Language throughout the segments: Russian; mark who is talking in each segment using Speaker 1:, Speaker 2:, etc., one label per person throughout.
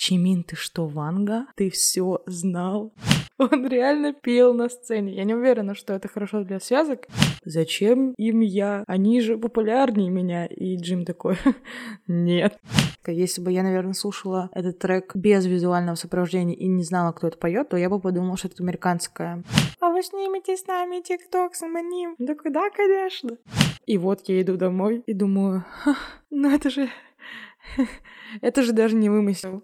Speaker 1: Чимин, ты что, Ванга? Ты все знал? Он реально пел на сцене. Я не уверена, что это хорошо для связок. Зачем им я? Они же популярнее меня. И Джим такой, нет. Если бы я, наверное, слушала этот трек без визуального сопровождения и не знала, кто это поет, то я бы подумала, что это американская. А вы снимете с нами тикток с аноним? Да куда, конечно. И вот я иду домой и думаю, ну это же... это же даже не вымысел.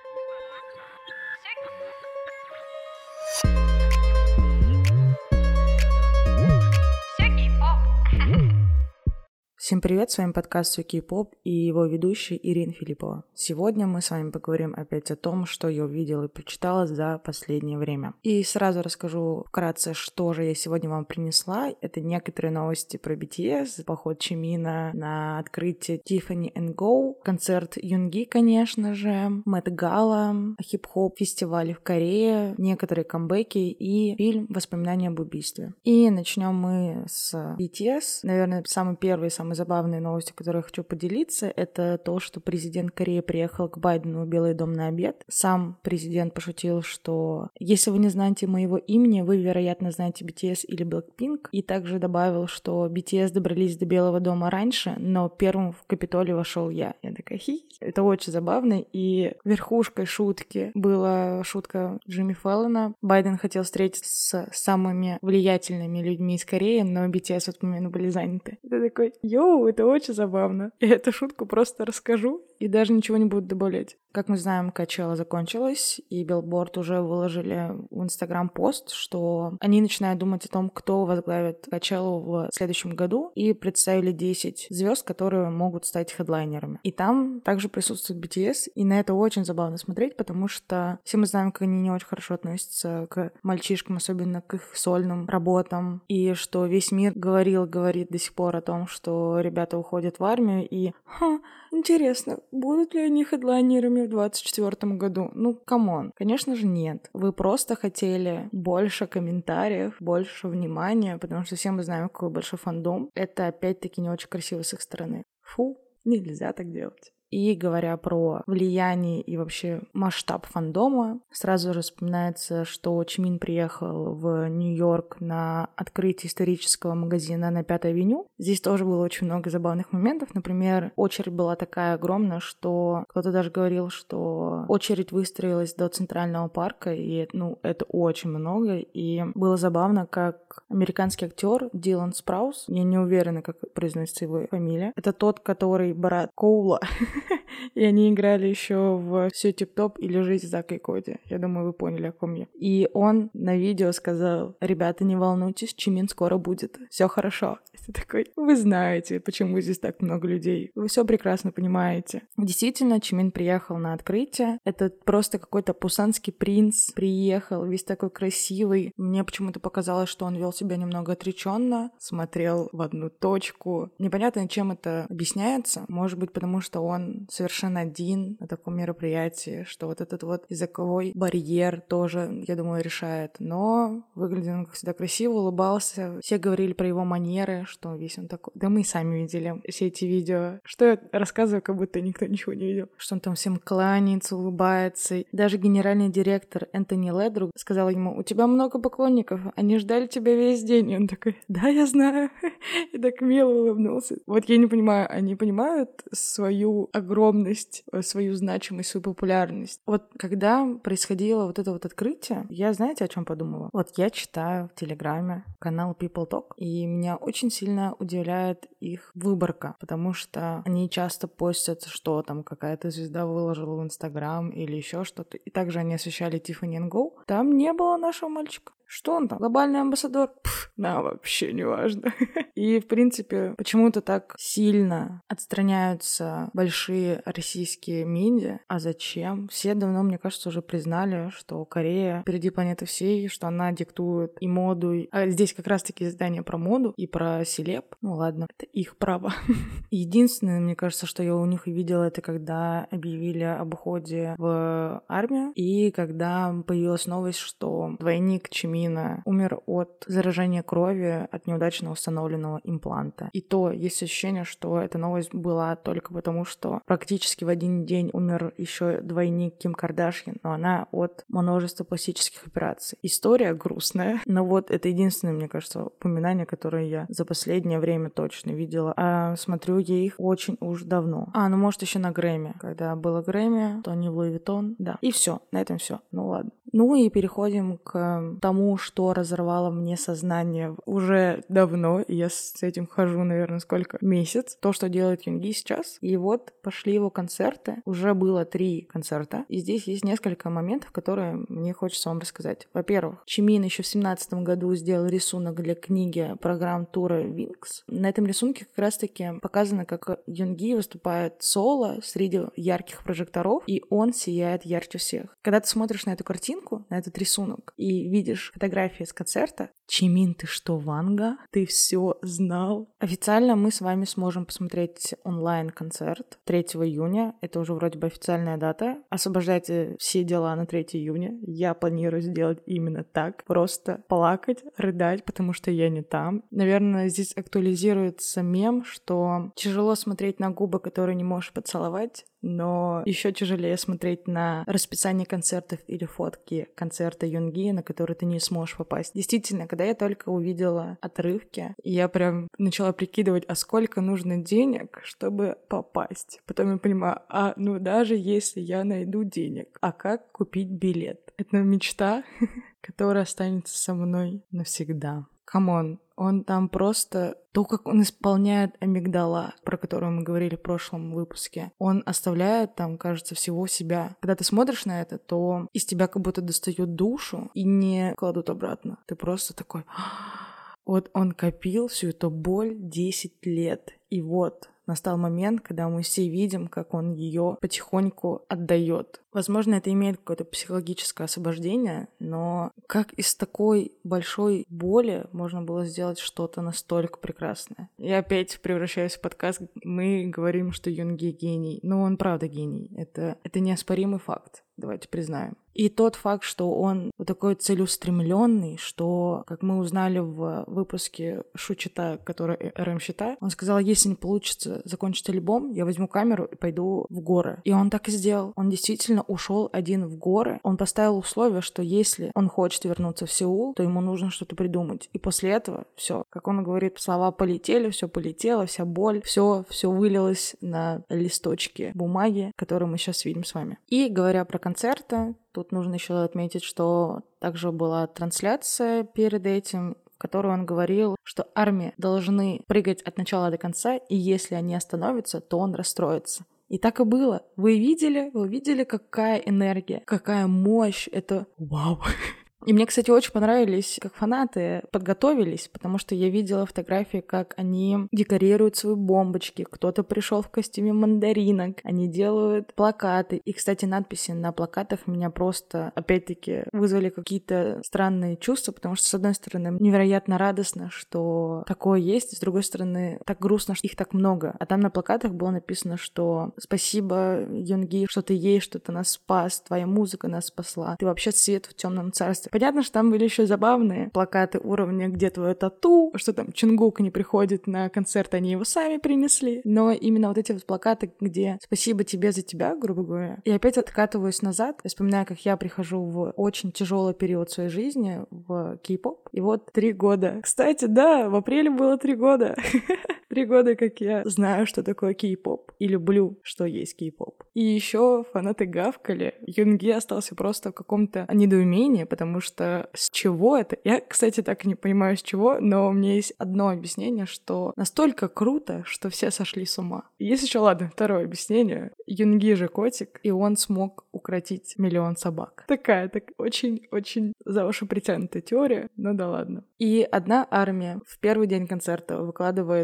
Speaker 1: Всем привет, с вами подкаст «Всё Кей-поп» и его ведущая Ирина Филиппова. Сегодня мы с вами поговорим опять о том, что я увидела и прочитала за последнее время. И сразу расскажу вкратце, что же я сегодня вам принесла. Это некоторые новости про BTS, поход Чимина на открытие Tiffany & Go, концерт Юнги, конечно же, Met Gala, хип-хоп фестивали в Корее, некоторые камбэки и фильм «Воспоминания об убийстве». И начнем мы с BTS. Наверное, самый первый, самый забавные новости, которые я хочу поделиться, это то, что президент Кореи приехал к Байдену в Белый дом на обед. Сам президент пошутил, что если вы не знаете моего имени, вы, вероятно, знаете BTS или Blackpink. И также добавил, что BTS добрались до Белого дома раньше, но первым в Капитолий вошел я. Я такая, это очень забавно. И верхушкой шутки была шутка Джимми Фэллона. Байден хотел встретиться с самыми влиятельными людьми из Кореи, но BTS в этот момент были заняты. Это такой, это очень забавно. Я эту шутку просто расскажу и даже ничего не буду добавлять. Как мы знаем, Coachella закончилась, и Billboard уже выложили в Instagram пост, что они начинают думать о том, кто возглавит Coachella в следующем году, и представили 10 звезд, которые могут стать хедлайнерами. И там также присутствует BTS, и на это очень забавно смотреть, потому что все мы знаем, как они не очень хорошо относятся к мальчишкам, особенно к их сольным работам, и что весь мир говорит до сих пор о том, что ребята уходят в армию, и интересно, будут ли они хедлайнерами в 2024 году? Ну, камон. Конечно же, нет. Вы просто хотели больше комментариев, больше внимания, потому что все мы знаем, какой большой фандом. Это, опять-таки, не очень красиво с их стороны. Фу, нельзя так делать. И говоря про влияние и вообще масштаб фандома, сразу же вспоминается, что Чимин приехал в Нью-Йорк на открытие исторического магазина на 5-й авеню. Здесь тоже было очень много забавных моментов. Например, очередь была такая огромная, что кто-то даже говорил, что очередь выстроилась до Центрального парка, и это очень много. И было забавно, как американский актер Дилан Спраус, я не уверена, как произносится его фамилия, это тот, который брат Коула. И они играли еще в «Все тип-топ» или «Жизнь Зака и Коди». Я думаю, вы поняли, о ком я. И он на видео сказал: ребята, не волнуйтесь, Чимин скоро будет. Все хорошо. И ты такой, вы знаете, почему здесь так много людей. Вы все прекрасно понимаете. Действительно, Чимин приехал на открытие. Это просто какой-то пусанский принц приехал, весь такой красивый. Мне почему-то показалось, что он вел себя немного отреченно, смотрел в одну точку. Непонятно, чем это объясняется. Может быть, потому что он совершенно один на таком мероприятии, что вот этот вот языковой барьер тоже, я думаю, решает. Но выглядел он, как всегда, красиво, улыбался. Все говорили про его манеры, что весь он такой. Да мы и сами видели все эти видео. Что я рассказываю, как будто никто ничего не видел. Что он там всем кланяется, улыбается. Даже генеральный директор Энтони Ледру сказал ему: у тебя много поклонников, они ждали тебя весь день. И он такой: да, я знаю. И так мило улыбнулся. Вот я не понимаю, они понимают свою огромность, свою значимость, свою популярность. Вот когда происходило вот это вот открытие, я, знаете, о чем подумала? Вот я читаю в Телеграме канал People Talk, и меня очень сильно удивляет их выборка, потому что они часто постят, что там какая-то звезда выложила в Инстаграм или еще что-то, и также они освещали Tiffany & Go. Там не было нашего мальчика. Что он там? Глобальный амбассадор? Вообще не важно. И, в принципе, почему-то так сильно отстраняются большие российские медиа. А зачем? Все давно, мне кажется, уже признали, что Корея впереди планеты всей, что она диктует и моду. А здесь как раз-таки издание про моду и про селеб. Ну ладно, это их право. Единственное, мне кажется, что я у них видела, это когда объявили об уходе в армию, и когда появилась новость, что двойник Чимина Чимина умер от заражения крови от неудачно установленного импланта. И то есть ощущение, что эта новость была только потому, что практически в один день умер еще двойник Ким Кардашьян, но она от множества пластических операций. История грустная, но вот это единственное, мне кажется, упоминание, которое я за последнее время точно видела. А смотрю я их очень уж давно. Ну может еще на Грэмми. Когда было Грэмми, то не в Луи Виттон, да. И все, на этом все. Ну ладно. Ну и переходим к тому, что разорвало мне сознание уже давно, и я с этим хожу, наверное, сколько? Месяц. То, что делает Юнги сейчас. И вот пошли его концерты. Уже было 3 концерта. И здесь есть несколько моментов, которые мне хочется вам рассказать. Во-первых, Чимин еще в 2017 году сделал рисунок для книги программ тура Wings. На этом рисунке как раз-таки показано, как Юнги выступает соло среди ярких прожекторов, и он сияет ярче всех. Когда ты смотришь на эту картинку, на этот рисунок, и видишь фотографии с концерта, Чимин, ты что, Ванга? Ты все знал? Официально мы с вами сможем посмотреть онлайн-концерт 3 июня. Это уже вроде бы официальная дата. Освобождайте все дела на 3 июня. Я планирую сделать именно так. Просто плакать, рыдать, потому что я не там. Наверное, здесь актуализируется мем, что тяжело смотреть на губы, которые не можешь поцеловать, но еще тяжелее смотреть на расписание концертов или фотки концерта Юнги, на который ты не сможешь попасть. Действительно, когда я только увидела отрывки, я прям начала прикидывать, а сколько нужно денег, чтобы попасть. Потом я понимаю, ну даже если я найду денег, а как купить билет? Это мечта, которая останется со мной навсегда. Камон, он там просто... То, как он исполняет амигдала, про которую мы говорили в прошлом выпуске, он оставляет там, кажется, всего себя. Когда ты смотришь на это, то из тебя как будто достают душу и не кладут обратно. Ты просто такой... Вот он копил всю эту боль 10 лет. И вот настал момент, когда мы все видим, как он ее потихоньку отдает. Возможно, это имеет какое-то психологическое освобождение, но как из такой большой боли можно было сделать что-то настолько прекрасное? Я опять превращаюсь в подкаст, мы говорим, что Юнги гений. Но он правда гений. Это неоспоримый факт. Давайте признаем. И тот факт, что он вот такой целеустремленный, что, как мы узнали в выпуске Шучита, который РМ Счета, он сказал, если не получится закончить альбом, я возьму камеру и пойду в горы. И он так и сделал. Он действительно ушел один в горы. Он поставил условие, что если он хочет вернуться в Сеул, то ему нужно что-то придумать. И после этого все, как он говорит, слова полетели, все полетело, вся боль, все вылилось на листочки бумаги, которые мы сейчас видим с вами. И говоря про концерты, тут нужно еще отметить, что также была трансляция перед этим, в которой он говорил, что армии должны прыгать от начала до конца, и если они остановятся, то он расстроится. И так и было. Вы видели, какая энергия, какая мощь. Это вау. И мне, кстати, очень понравились, как фанаты подготовились, потому что я видела фотографии, как они декорируют свои бомбочки, кто-то пришел в костюме мандаринок, они делают плакаты. И, кстати, надписи на плакатах меня просто, опять-таки, вызвали какие-то странные чувства, потому что, с одной стороны, невероятно радостно, что такое есть, с другой стороны, так грустно, что их так много. А там на плакатах было написано, что спасибо, Юнги, что ты есть, что ты нас спас, твоя музыка нас спасла, ты вообще свет в темном царстве. Понятно, что там были еще забавные плакаты уровня «Где твое тату?», что там Чунгук не приходит на концерт, они его сами принесли. Но именно вот эти вот плакаты, где «Спасибо тебе за тебя», грубо говоря. И опять откатываюсь назад, я вспоминаю, как я прихожу в очень тяжелый период своей жизни в кей-поп. И вот 3 года. Кстати, да, в апреле было 3 года. 3 года, как я знаю, что такое кей-поп. И люблю, что есть кей-поп. И еще фанаты гавкали. Юнги остался просто в каком-то недоумении, потому что с чего это? Я, кстати, так и не понимаю, с чего, но у меня есть одно объяснение, что настолько круто, что все сошли с ума. Есть еще, ладно, второе объяснение. Юнги же котик, и он смог укротить 1 миллион собак. Такая очень-очень за уши притянутая теория, но да ладно. И одна армия в первый день концерта выкладывает пост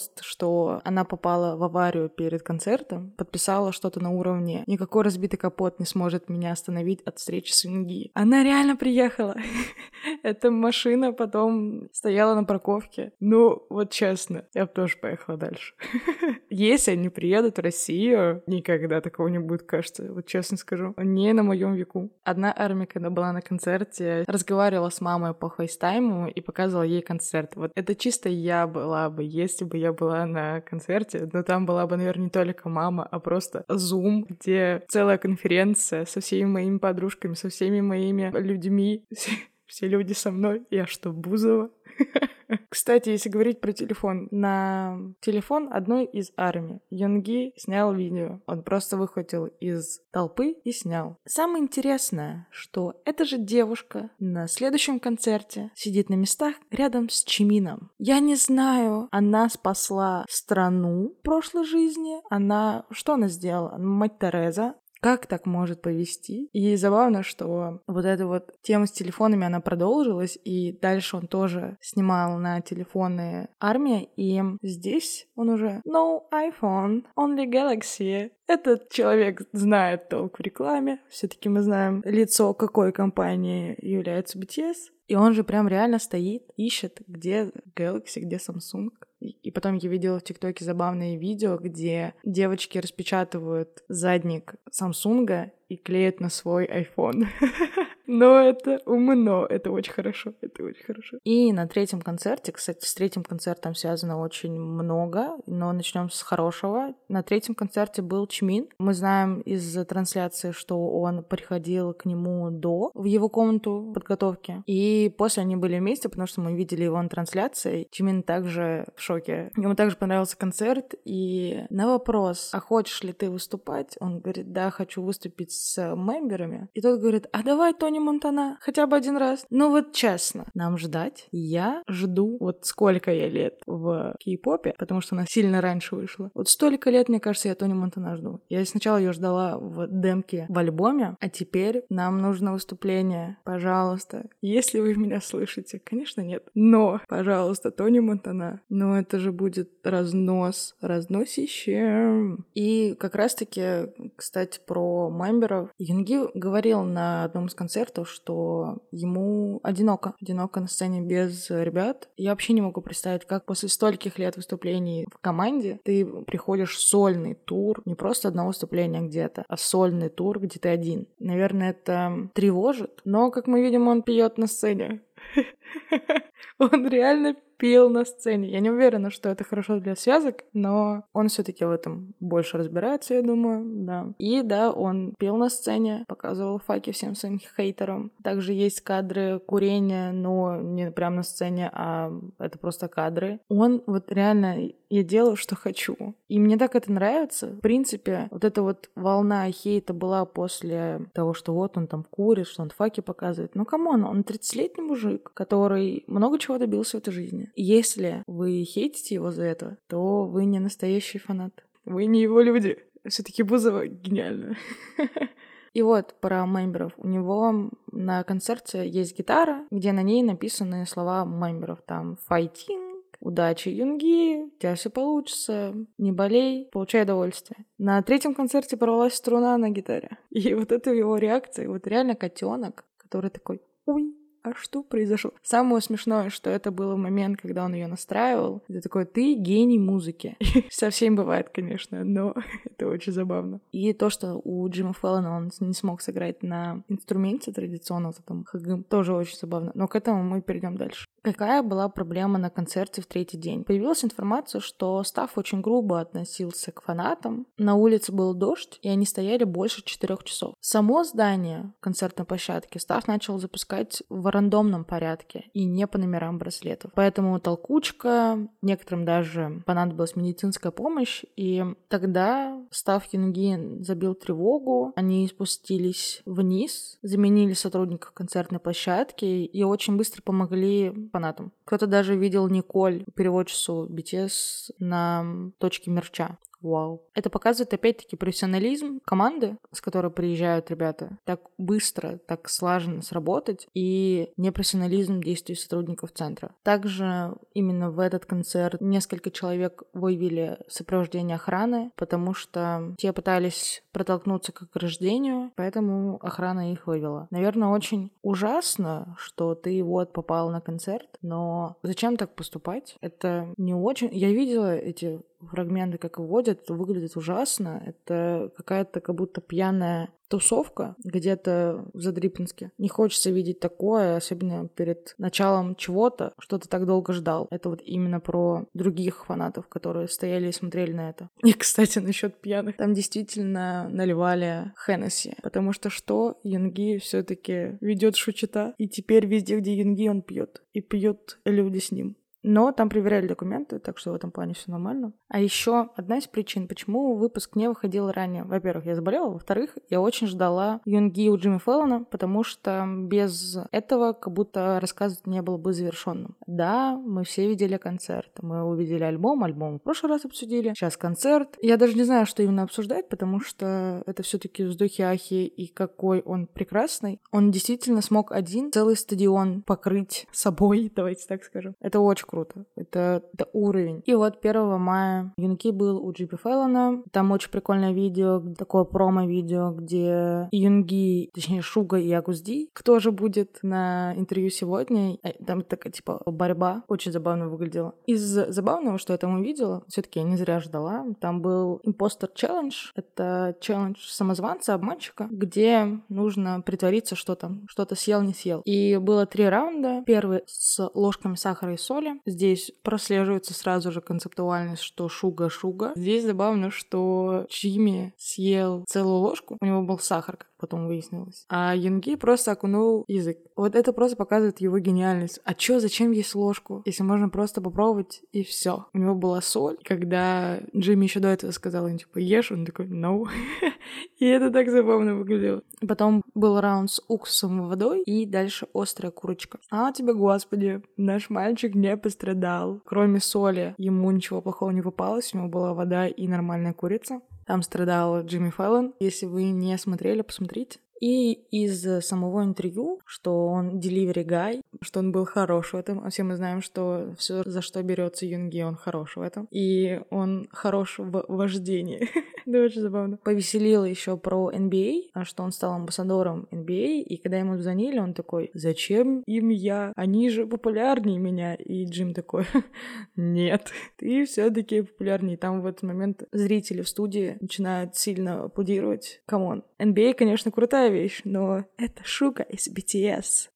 Speaker 1: пост, что она попала в аварию перед концертом, подписала что-то на уровне «Никакой разбитый капот не сможет меня остановить от встречи с Юнги». Она реально приехала. Эта машина потом стояла на парковке. Ну, вот честно, я бы тоже поехала дальше. Если они приедут в Россию, никогда такого не будет, кажется. Вот честно скажу. Не на моем веку. Одна Арми, когда была на концерте, разговаривала с мамой по фейстайму и показывала ей концерт. Вот это чисто я была бы, если бы я была на концерте. Но там была бы, наверное, не только мама, а просто Zoom, где целая конференция со всеми моими подружками, со всеми моими людьми. Все люди со мной. Я что, Бузова? Кстати, если говорить про телефон, на телефон одной из армий Юнги снял видео. Он просто выхватил из толпы и снял. Самое интересное, что эта же девушка на следующем концерте сидит на местах рядом с Чимином. Я не знаю, она спасла страну в прошлой жизни. Что она сделала? Мать Тереза. Как так может повести? И забавно, что вот эта вот тема с телефонами, она продолжилась, и дальше он тоже снимал на телефоны армии, и здесь он уже No iPhone, only Galaxy. Этот человек знает толк в рекламе, все-таки мы знаем лицо какой компании является BTS, и он же прям реально стоит, ищет, где Galaxy, где Samsung. И потом я видела в ТикТоке забавные видео, где девочки распечатывают задник Самсунга и клеят на свой iPhone. Но это умно, это очень хорошо, это очень хорошо. И на третьем концерте, кстати, с третьим концертом связано очень много, но начнем с хорошего. На третьем концерте был Чимин. Мы знаем из трансляции, что он приходил к нему в его комнату подготовки. И после они были вместе, потому что мы видели его на трансляции. Чимин также в шоке. Ему также понравился концерт. И на вопрос, а хочешь ли ты выступать? Он говорит, да, хочу выступить с мемберами. И тот говорит, а давай Тони Монтана хотя бы один раз. Ну вот честно, нам ждать? Я жду вот сколько я лет в кей-попе, потому что она сильно раньше вышла. Вот столько лет, мне кажется, я Тони Монтана жду. Я сначала ее ждала в демке в альбоме, а теперь нам нужно выступление. Пожалуйста, если вы меня слышите. Конечно, нет. Но, пожалуйста, Тони Монтана. Но это же будет разносище. И как раз-таки, кстати, про мемберов. Юнги говорил на одном из концертов, что ему одиноко на сцене без ребят. Я вообще не могу представить, как после стольких лет выступлений в команде ты приходишь в сольный тур, не просто одно выступление где-то, а сольный тур, где ты один. Наверное, это тревожит, но, как мы видим, он пьет на сцене. Он реально пел на сцене. Я не уверена, что это хорошо для связок, но он все-таки в этом больше разбирается, я думаю, да. И да, он пел на сцене, показывал факи всем своим хейтерам. Также есть кадры курения, но не прям на сцене, а это просто кадры. Он вот реально, я делаю, что хочу. И мне так это нравится. В принципе, вот эта вот волна хейта была после того, что вот он там курит, что он факи показывает. Ну, камон, он 30-летний мужик, который много чего добился в этой жизни. Если вы хейтите его за это, то вы не настоящий фанат. Вы не его люди. Все-таки Бузова гениально. И вот про мемберов. У него на концерте есть гитара, где на ней написаны слова мемберов. Там «Fighting», «Удачи, Юнги», «У тебя все получится», «Не болей», «Получай удовольствие». На третьем концерте порвалась струна на гитаре. И вот это его реакция. Вот реально котенок, который такой «Ой». А что произошло? Самое смешное, что это был момент, когда он ее настраивал. Это такой, ты гений музыки. Со всеми бывает, конечно, но это очень забавно. И то, что у Джима Фэллона он не смог сыграть на инструменте традиционном, там, хагым, тоже очень забавно. Но к этому мы перейдем дальше. Какая была проблема на концерте в третий день? Появилась информация, что стаф очень грубо относился к фанатам. На улице был дождь, и они стояли больше 4 часов. Само здание концертной площадки стаф начал запускать в рандомном порядке и не по номерам браслетов. Поэтому толкучка, некоторым даже понадобилась медицинская помощь, и тогда стаф Юнги забил тревогу, они спустились вниз, заменили сотрудников концертной площадки и очень быстро помогли фанатам. Кто-то даже видел Николь, переводчицу BTS, на точке мерча. вау. Это показывает, опять-таки, профессионализм команды, с которой приезжают ребята, так быстро, так слаженно сработать, и непрофессионализм действий сотрудников центра. Также именно в этот концерт несколько человек выявили сопровождение охраны, потому что те пытались протолкнуться к ограждению, поэтому охрана их вывела. Наверное, очень ужасно, что ты вот попал на концерт, но зачем так поступать? Это не очень... Я видела эти фрагменты, как вводят, это выглядит ужасно. Это какая-то как будто пьяная тусовка где-то в Задрипинске. Не хочется видеть такое, особенно перед началом чего-то, что ты так долго ждал. Это вот именно про других фанатов, которые стояли и смотрели на это. И, кстати, насчет пьяных. Там действительно наливали Хеннесси, потому что Юнги все-таки ведет шучета, и теперь везде, где Юнги, он пьет. И пьют люди с ним. Но там проверяли документы, так что в этом плане все нормально. А еще одна из причин, почему выпуск не выходил ранее. Во-первых, я заболела, во-вторых, я очень ждала Юнги у Джимми Фэллона, потому что без этого как будто рассказ не был бы завершенным. Да, мы все видели концерт, мы увидели альбом в прошлый раз обсудили, сейчас концерт. Я даже не знаю, что именно обсуждать, потому что это все-таки вздохи-ахи, и какой он прекрасный. Он действительно смог один целый стадион покрыть собой, давайте так скажем. Это очень круто. Это уровень. И вот 1 мая Юнги был у Джимми Фэллона. Там очень прикольное видео, такое промо-видео, где Юнги, точнее Шуга и Агузди, кто же будет на интервью сегодня. Там такая типа борьба. Очень забавно выглядело. Из забавного, что я там увидела, все-таки я не зря ждала. Там был Imposter Challenge. Это челлендж самозванца, обманщика, где нужно притвориться, что там что-то съел, не съел. И было 3 раунда. Первый с ложками сахара и соли. Здесь прослеживается сразу же концептуальность, что шуга-шуга. Здесь забавно, что Джимми съел целую ложку, у него был сахар, как потом выяснилось. А Юнги просто окунул язык. Вот это просто показывает его гениальность. А чё, зачем есть ложку, если можно просто попробовать и все. У него была соль. Когда Джимми еще до этого сказал им, типа, ешь, он такой, no. И это так забавно выглядело. Потом был раунд с уксусом и водой, и дальше острая курочка. А тебе, господи, наш мальчик не пострадал. Кроме соли, ему ничего плохого не попалось, у него была вода и нормальная курица. Там страдал Джимми Фэллон. Если вы не смотрели, посмотрите. И из самого интервью, что он delivery guy, что он был хорош в этом. А все мы знаем, что все, за что берется Юнги, он хорош в этом. И он хорош в вождении. Это очень забавно. Повеселило еще про NBA, что он стал амбассадором NBA, и когда ему звонили, он такой, зачем им я? Они же популярнее меня. И Джим такой, нет, ты все-таки популярнее. Там в этот момент зрители в студии начинают сильно аплодировать. Камон. NBA, конечно, крутая вещь, но это Шуга из BTS.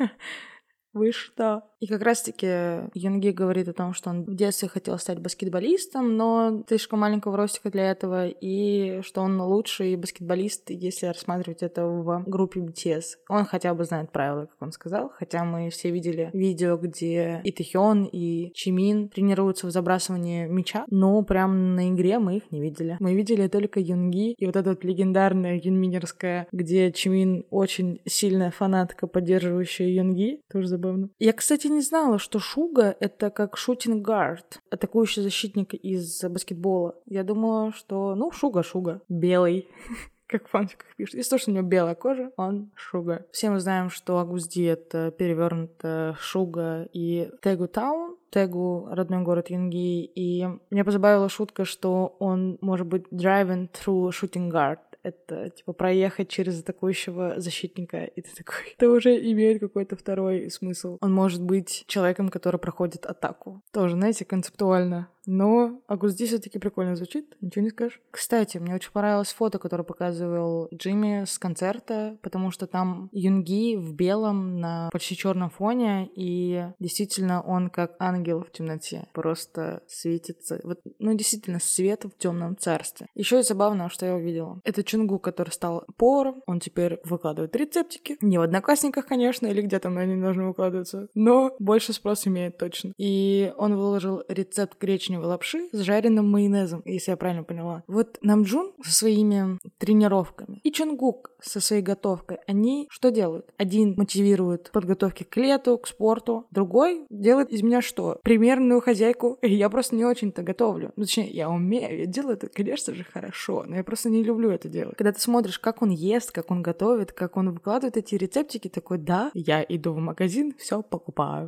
Speaker 1: Вы что? И как раз-таки Юнги говорит о том, что он в детстве хотел стать баскетболистом, но слишком маленького ростика для этого, и что он лучший баскетболист, если рассматривать это в группе BTS. Он хотя бы знает правила, как он сказал, хотя мы все видели видео, где и Тэхён, и Чимин тренируются в забрасывании мяча, но прям на игре мы их не видели. Мы видели только Юнги, и вот эта вот легендарная юнминерская, где Чимин очень сильная фанатка, поддерживающая Юнги, тоже забавно. Я, кстати, не знала, что Шуга — это как шутинг-гард, атакующий защитник из баскетбола. Я думала, что, Шуга, белый. Как в фанфиках пишут. Из-за того, что у него белая кожа, он Шуга. Все мы знаем, что Агузди — это перевернуто Шуга и Тегу Таун. Тегу — родной город Юнги. И меня позабавила шутка, что он может быть driving through shooting guard. Это, типа, проехать через атакующего защитника, и ты такой... Это уже имеет какой-то второй смысл. Он может быть человеком, который проходит атаку. Тоже, знаете, концептуально. Но Агузди все-таки прикольно звучит, ничего не скажешь. Кстати, мне очень понравилось фото, которое показывал Джимми с концерта, потому что там Юнги в белом на почти черном фоне, и действительно он как ангел в темноте. Просто светится. Вот, действительно, свет в темном царстве. Еще и забавно, что я увидела. Это Чунгу, который стал поваром. Он теперь выкладывает рецептики. Не в Одноклассниках, конечно, или где там они должны выкладываться, но больше спрос имеет точно. И он выложил рецепт гречневого гречневой лапши с жареным майонезом, если я правильно поняла. Вот Намджун со своими тренировками и Чонгук со своей готовкой, они что делают? Один мотивирует подготовки к лету, к спорту, другой делает из меня что? Примерную хозяйку. Я просто не очень-то готовлю. Ну, точнее, я умею, я делаю это, конечно же, хорошо, но я просто не люблю это делать. Когда ты смотришь, как он ест, как он готовит, как он выкладывает эти рецептики, такой, да, я иду в магазин, все покупаю.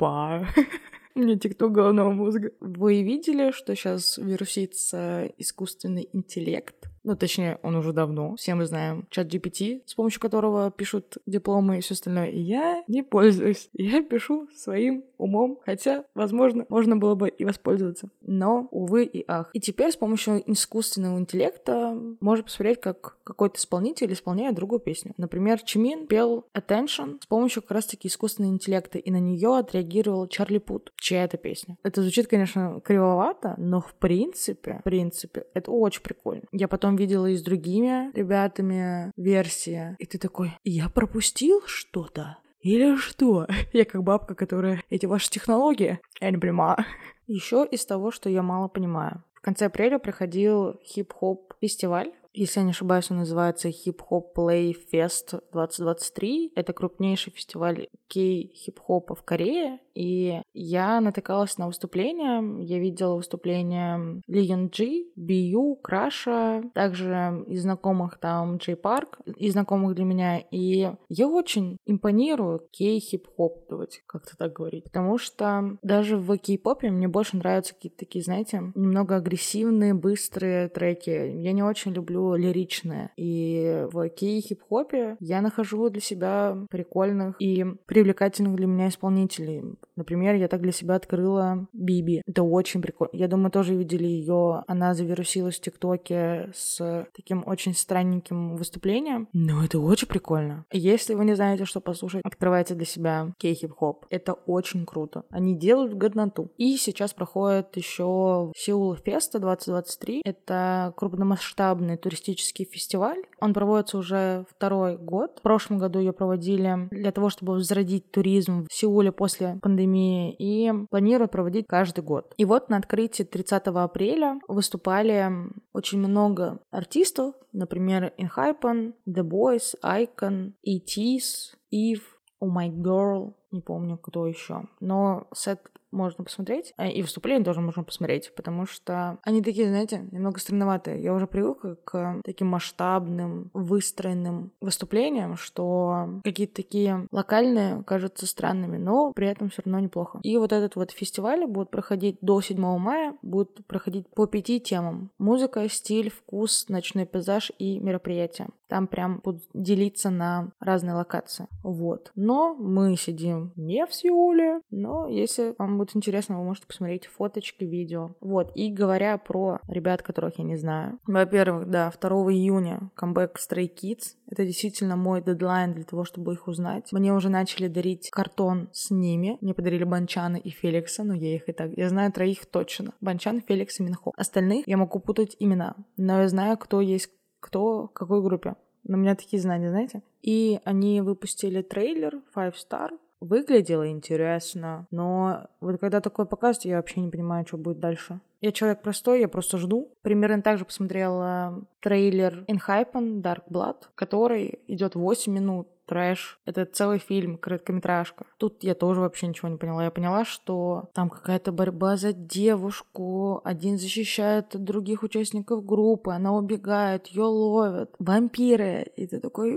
Speaker 1: У меня тикток головного мозга. Вы видели, что сейчас вирусится искусственный интеллект? Ну, точнее, он уже давно. Все мы знаем ChatGPT, с помощью которого пишут дипломы и все остальное. И я не пользуюсь. Я пишу своим умом. Хотя, возможно, можно было бы и воспользоваться. Но, увы и ах. И теперь с помощью искусственного интеллекта можно посмотреть, как какой-то исполнитель исполняет другую песню. Например, Чимин пел Attention с помощью как раз-таки искусственного интеллекта. И на нее отреагировал Чарли Пут. Чья это песня? Это звучит, конечно, кривовато, но в принципе, это очень прикольно. Я потом видела и с другими ребятами версии, и ты такой, я пропустил что-то? Или что? Я как бабка, которая эти ваши технологии, я не понимаю. Еще из того, что я мало понимаю. В конце апреля проходил хип-хоп фестиваль. Если я не ошибаюсь, он называется Hip Hop Play Fest 2023. Это крупнейший фестиваль кей-хип-хопа в Корее. И я натыкалась на выступления. Я видела выступления Ли Юн Джи, Би-Ю, Краша, также из знакомых там Джей Парк, из знакомых для меня. И я очень импонирую кей-хип-хоп, давайте как-то так говорить. Потому что даже в кей-попе мне больше нравятся какие-то такие, знаете, немного агрессивные, быстрые треки. Я не очень люблю лиричное. И в кей-хип-хопе я нахожу для себя прикольных и привлекательных для меня исполнителей. Например, я так для себя открыла Биби. Это очень прикольно. Я думаю, тоже видели ее. Она завирусилась в ТикТоке с таким очень странненьким выступлением. Но это очень прикольно. Если вы не знаете, что послушать, открывайте для себя кей-хип-хоп. Это очень круто. Они делают годноту. И сейчас проходит еще Сеул Феста 2023. Это крупномасштабный туристический фестиваль. Он проводится уже второй год. В прошлом году ее проводили для того, чтобы возродить туризм в Сеуле после пандемии, и планируют проводить каждый год. И вот на открытии 30 апреля выступали очень много артистов, например, Enhypen, The Boys, Icon, ETs, Eve, Oh My Girl, не помню, кто еще. Но сет можно посмотреть, и выступление тоже можно посмотреть, потому что они такие, знаете, немного странноватые. Я уже привыкла к таким масштабным, выстроенным выступлениям, что какие-то такие локальные кажутся странными, но при этом все равно неплохо. И вот этот вот фестиваль будет проходить до 7 мая, будет проходить по 5 темам. Музыка, стиль, вкус, ночной пейзаж и мероприятия. Там прям будут делиться на разные локации. Вот. Но мы сидим не в Сеуле, но если вам будет интересно, вы можете посмотреть фоточки, видео. Вот. И говоря про ребят, которых я не знаю. Во-первых, да, 2 июня камбэк Stray Kids. Это действительно мой дедлайн для того, чтобы их узнать. Мне уже начали дарить картон с ними. Мне подарили Банчана и Феликса, но я их и так... Я знаю 3 точно. Банчан, Феликс и Минхо. Остальных я могу путать имена. Но я знаю, кто есть кто в какой группе. Но у меня такие знания, знаете? И они выпустили трейлер Five Star. Выглядело интересно, но вот когда такое показывают, я вообще не понимаю, что будет дальше. Я человек простой, я просто жду. Примерно так же посмотрела трейлер Enhypen Dark Blood, который идет 8 минут. Трэш. Это целый фильм, короткометражка. Тут я тоже вообще ничего не поняла. Я поняла, что там какая-то борьба за девушку. Один защищает других участников группы. Она убегает, ее ловят. Вампиры. И ты такой...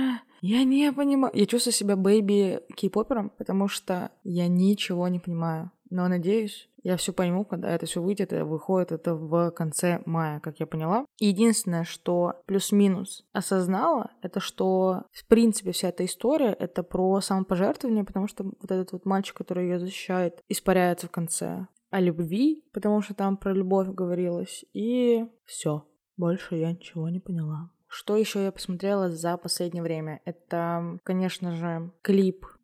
Speaker 1: Я не понимаю. Я чувствую себя бэйби кей-попером, потому что я ничего не понимаю. Но надеюсь, я все пойму, когда это все выйдет, и выходит это в конце мая, как я поняла. И единственное, что плюс-минус осознала, это что, в принципе, вся эта история — это про самопожертвование, потому что вот этот вот мальчик, который ее защищает, испаряется в конце. О любви, потому что там про любовь говорилось. И все. Больше я ничего не поняла. Что еще я посмотрела за последнее время? Это, конечно же, клип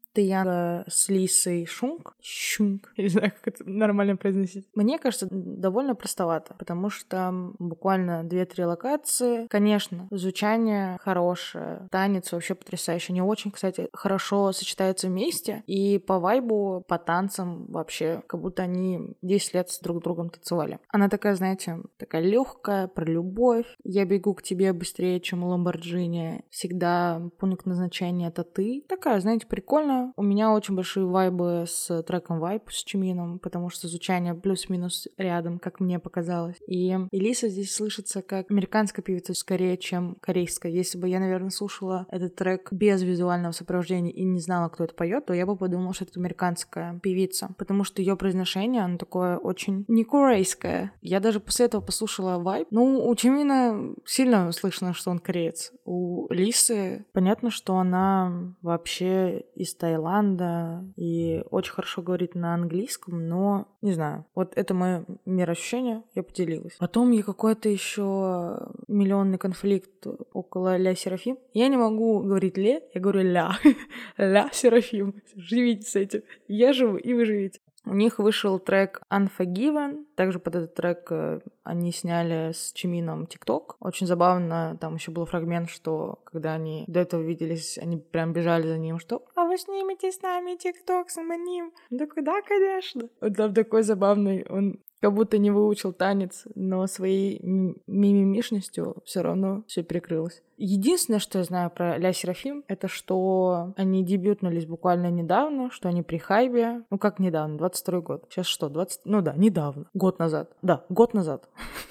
Speaker 1: Таянга с Лисой Шунг, не знаю, как это нормально произносить. Мне кажется, довольно простовато, потому что буквально 2-3 локации. Конечно, звучание хорошее, танец вообще потрясающий. Они очень, кстати, хорошо сочетаются вместе, и по вайбу, по танцам вообще, как будто они 10 лет с друг другом танцевали. Она такая, знаете, такая легкая, про любовь. Я бегу к тебе быстрее, чем Ламборджини. Всегда пункт назначения — это ты. Такая, знаете, прикольная. У меня очень большие вайбы с треком «Вайб» с Чимином, потому что звучание плюс-минус рядом, как мне показалось. И Элиса здесь слышится как американская певица скорее, чем корейская. Если бы я, наверное, слушала этот трек без визуального сопровождения и не знала, кто это поет, то я бы подумала, что это американская певица, потому что ее произношение, оно такое очень не корейское. Я даже после этого послушала «Вайб». Ну, у Чимина сильно слышно, что он кореец. У Лисы понятно, что она вообще из Таиланда и очень хорошо говорит на английском, но не знаю. Вот это мое мироощущение, я поделилась. Потом я какой-то еще миллионный конфликт около Ля Серафим. Я не могу говорить Ле, я говорю Ля. Ля Серафим. Живите с этим. Я живу, и вы живите. У них вышел трек Unforgiven. Также под этот трек они сняли с Чимином TikTok. Очень забавно, там еще был фрагмент, что когда они до этого виделись, они прям бежали за ним, что «А вы снимете с нами TikTok с ним?» Он такой «Да, конечно». Он там такой забавный, он как будто не выучил танец, но своей мимимишностью все равно все перекрылось. Единственное, что я знаю про Ля Серафим, это что они дебютнулись буквально недавно, что они при хайбе. Ну как недавно, 22-й год. Сейчас что, 20... Ну да, недавно. Год назад. Да, год назад.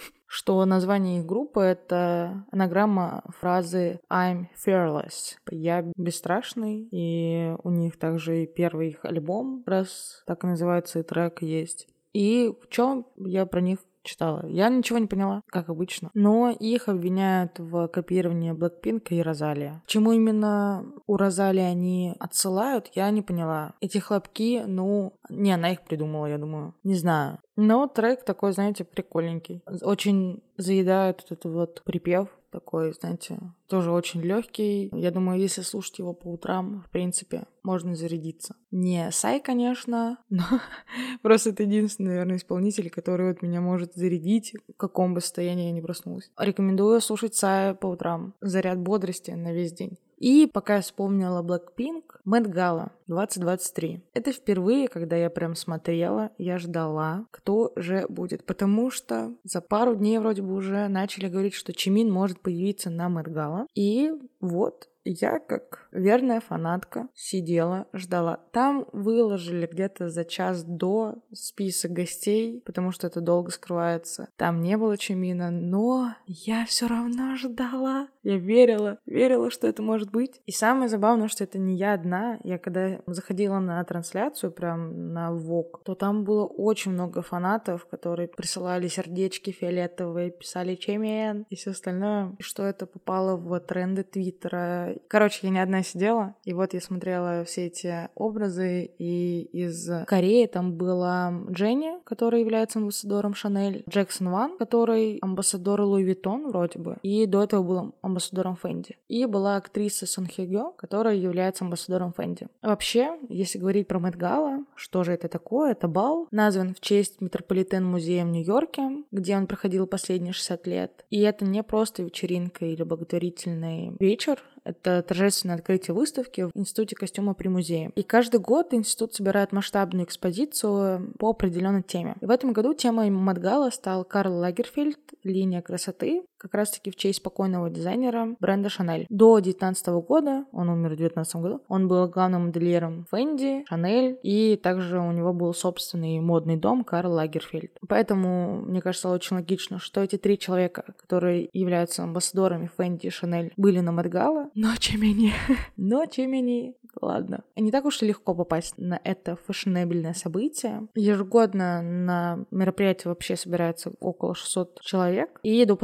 Speaker 1: Что название их группы — это анаграмма фразы «I'm fearless». Я бесстрашный, и у них также и первый их альбом, раз так и называется, и трек есть. И в чем я про них читала? Я ничего не поняла, как обычно. Но их обвиняют в копировании Blackpink и Розалии. Чему именно у Розалии они отсылают, я не поняла. Эти хлопки, не она их придумала, я думаю. Не знаю. Но трек такой, знаете, прикольненький. Очень заедает этот вот припев. Такой, знаете, тоже очень легкий. Я думаю, если слушать его по утрам, в принципе, можно зарядиться. Не Сай, конечно, но просто это единственный, наверное, исполнитель, который вот меня может зарядить, в каком бы состоянии я ни проснулась. Рекомендую слушать Сая по утрам. Заряд бодрости на весь день. И пока я вспомнила Blackpink, Met Gala 2023. Это впервые, когда я прям смотрела, я ждала, кто же будет. Потому что за пару дней вроде бы уже начали говорить, что Чимин может появиться на Met Gala. И вот я, как верная фанатка, сидела, ждала. Там выложили где-то за час до список гостей, потому что это долго скрывается. Там не было Чимина, но я все равно ждала. Я верила, что это может быть. И самое забавное, что это не я одна. Я когда заходила на трансляцию, прям на Vogue, то там было очень много фанатов, которые присылали сердечки фиолетовые, писали Чимин и все остальное. И что это попало в тренды Твиттера. Короче, я не одна сидела, и вот я смотрела все эти образы, и из Кореи там была Дженни, которая является амбассадором Шанель, Джексон Ван, который амбассадор Луи Виттон вроде бы, и до этого был амбассадором Фенди. И была актриса Сон Хе Гё, которая является амбассадором Фенди. Вообще, если говорить про Мет Гала, что же это такое? Это бал, назван в честь Метрополитен-музея в Нью-Йорке, где он проходил последние 60 лет. И это не просто вечеринка или благотворительный вечер, это торжественное открытие выставки в Институте костюма при музее. И каждый год институт собирает масштабную экспозицию по определенной теме. И в этом году темой Мет Гала стал Карл Лагерфельд, линия красоты, как раз-таки в честь покойного дизайнера бренда Шанель. До 2019 года, он умер в 2019 году, он был главным модельером Фенди, Шанель, и также у него был собственный модный дом Карл Лагерфельд. Поэтому, мне кажется, очень логично, что эти 3 человека, которые являются амбассадорами Фенди и Шанель, были на Мет Гала, но Чимини, ладно. Не так уж и легко попасть на это фэшнебельное событие. Ежегодно на мероприятие вообще собирается около 600 человек, и до последнего момента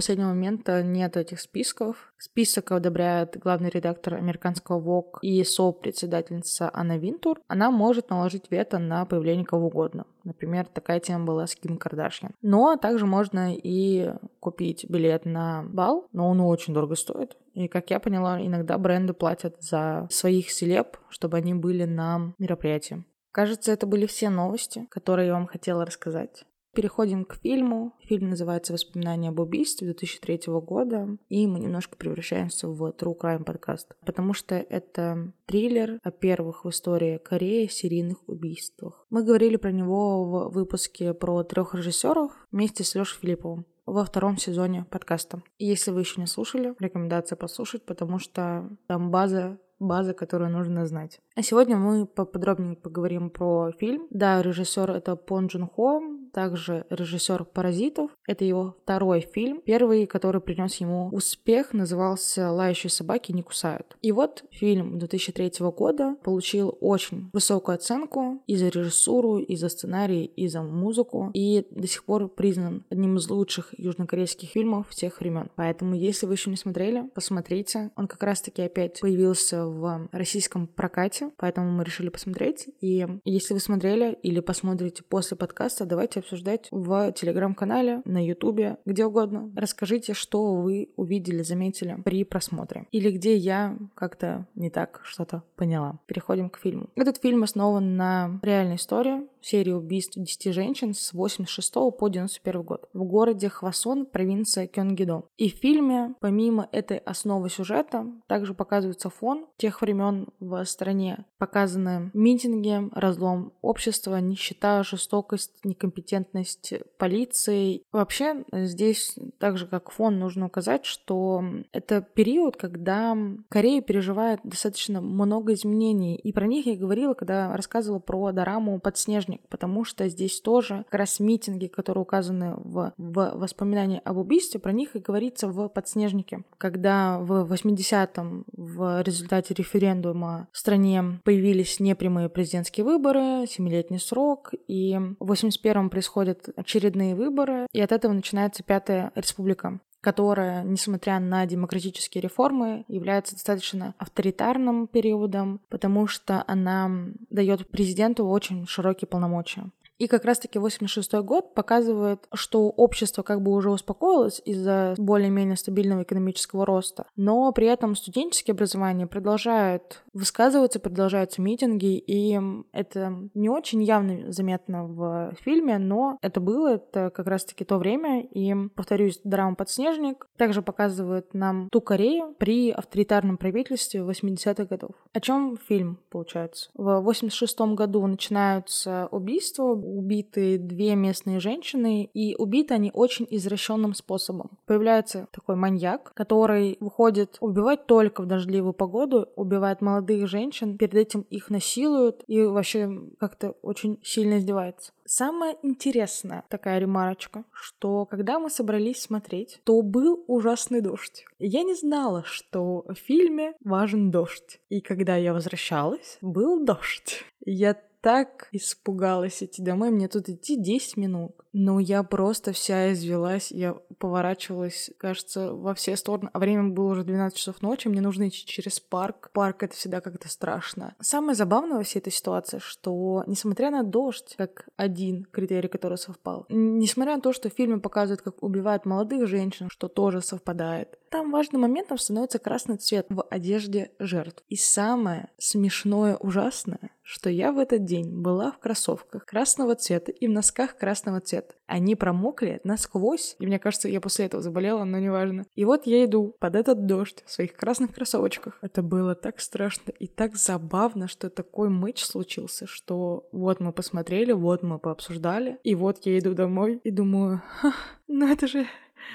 Speaker 1: момента нет этих списков. Список одобряет главный редактор американского Vogue и сопредседательница Анна Винтур. Она может наложить вето на появление кого угодно. Например, такая тема была с Ким Кардашьян. Но также можно и купить билет на бал, но он очень дорого стоит. И, как я поняла, иногда бренды платят за своих селеб, чтобы они были на мероприятии. Кажется, это были все новости, которые я вам хотела рассказать. Переходим к фильму. Фильм называется «Воспоминания об убийстве» 2003 года, и мы немножко превращаемся в True Crime подкаст, потому что это триллер о первых в истории Кореи серийных убийствах. Мы говорили про него в выпуске про 3 режиссеров вместе с Лешей Филипповым во 2 сезоне подкаста. И если вы еще не слушали, рекомендация послушать, потому что там база, которую нужно знать. А сегодня мы поподробнее поговорим про фильм. Да, режиссер это Пон Джун Хо, также режиссер «Паразитов». Это его 2-й фильм. Первый, который принес ему успех, назывался «Лающие собаки не кусают». И вот фильм 2003 года получил очень высокую оценку и за режиссуру, и за сценарий, и за музыку, и до сих пор признан одним из лучших южнокорейских фильмов всех времен. Поэтому, если вы еще не смотрели, посмотрите. Он как раз-таки опять появился в российском прокате, поэтому мы решили посмотреть. И если вы смотрели или посмотрите после подкаста, давайте обсуждать в телеграм-канале, на ютубе, где угодно. Расскажите, что вы увидели, заметили при просмотре. Или где я как-то не так что-то поняла. Переходим к фильму. Этот фильм основан на реальной истории, серии убийств 10 женщин с 86 по 91 год в городе Хвасон, провинция Кёнгидо. И в фильме, помимо этой основы сюжета, также показывается фон тех времен в стране. Показаны митинги, разлом общества, нищета, жестокость, некомпетентность полиции. Вообще, здесь, так же как фон, нужно указать, что это период, когда Корея переживает достаточно много изменений. И про них я говорила, когда рассказывала про дораму «Подснежник», потому что здесь тоже как раз митинги, которые указаны в воспоминании об убийстве, про них и говорится в «Подснежнике». Когда в 80-м в результате референдума в стране появились непрямые президентские выборы, 7-летний срок, и в 81-м происходят очередные выборы, и от этого начинается 5-я республика, которая, несмотря на демократические реформы, является достаточно авторитарным периодом, потому что она дает президенту очень широкие полномочия. И как раз-таки 86-й год показывает, что общество как бы уже успокоилось из-за более-менее стабильного экономического роста, но при этом студенческие образования продолжают высказываться, продолжаются митинги, и это не очень явно заметно в фильме, но это как раз-таки то время, и, повторюсь, драма «Подснежник» также показывает нам ту Корею при авторитарном правительстве 80-х годов. О чем фильм, получается? В 86-м году начинаются убийства, убиты 2 местные женщины, и убиты они очень извращенным способом. Появляется такой маньяк, который выходит убивать только в дождливую погоду, убивает молодых женщин, перед этим их насилуют и вообще как-то очень сильно издевается. Самое интересное, такая ремарочка, что когда мы собрались смотреть, то был ужасный дождь. Я не знала, что в фильме важен дождь. И когда я возвращалась, был дождь. Я так испугалась идти домой, мне тут идти 10 минут. Но я просто вся извелась, я поворачивалась, кажется, во все стороны. А время было уже 12 часов ночи, мне нужно идти через парк. Парк — это всегда как-то страшно. Самое забавное во всей этой ситуации, что несмотря на дождь, как один критерий, который совпал, несмотря на то, что в фильме показывают, как убивают молодых женщин, что тоже совпадает, там важным моментом становится красный цвет в одежде жертв. И самое смешное, ужасное, что я в этот день была в кроссовках красного цвета и в носках красного цвета. Они промокли насквозь, и мне кажется, я после этого заболела, но неважно. И вот я иду под этот дождь в своих красных кроссовочках. Это было так страшно и так забавно, что такой матч случился, что вот мы посмотрели, вот мы пообсуждали, и вот я иду домой и думаю, ну это же...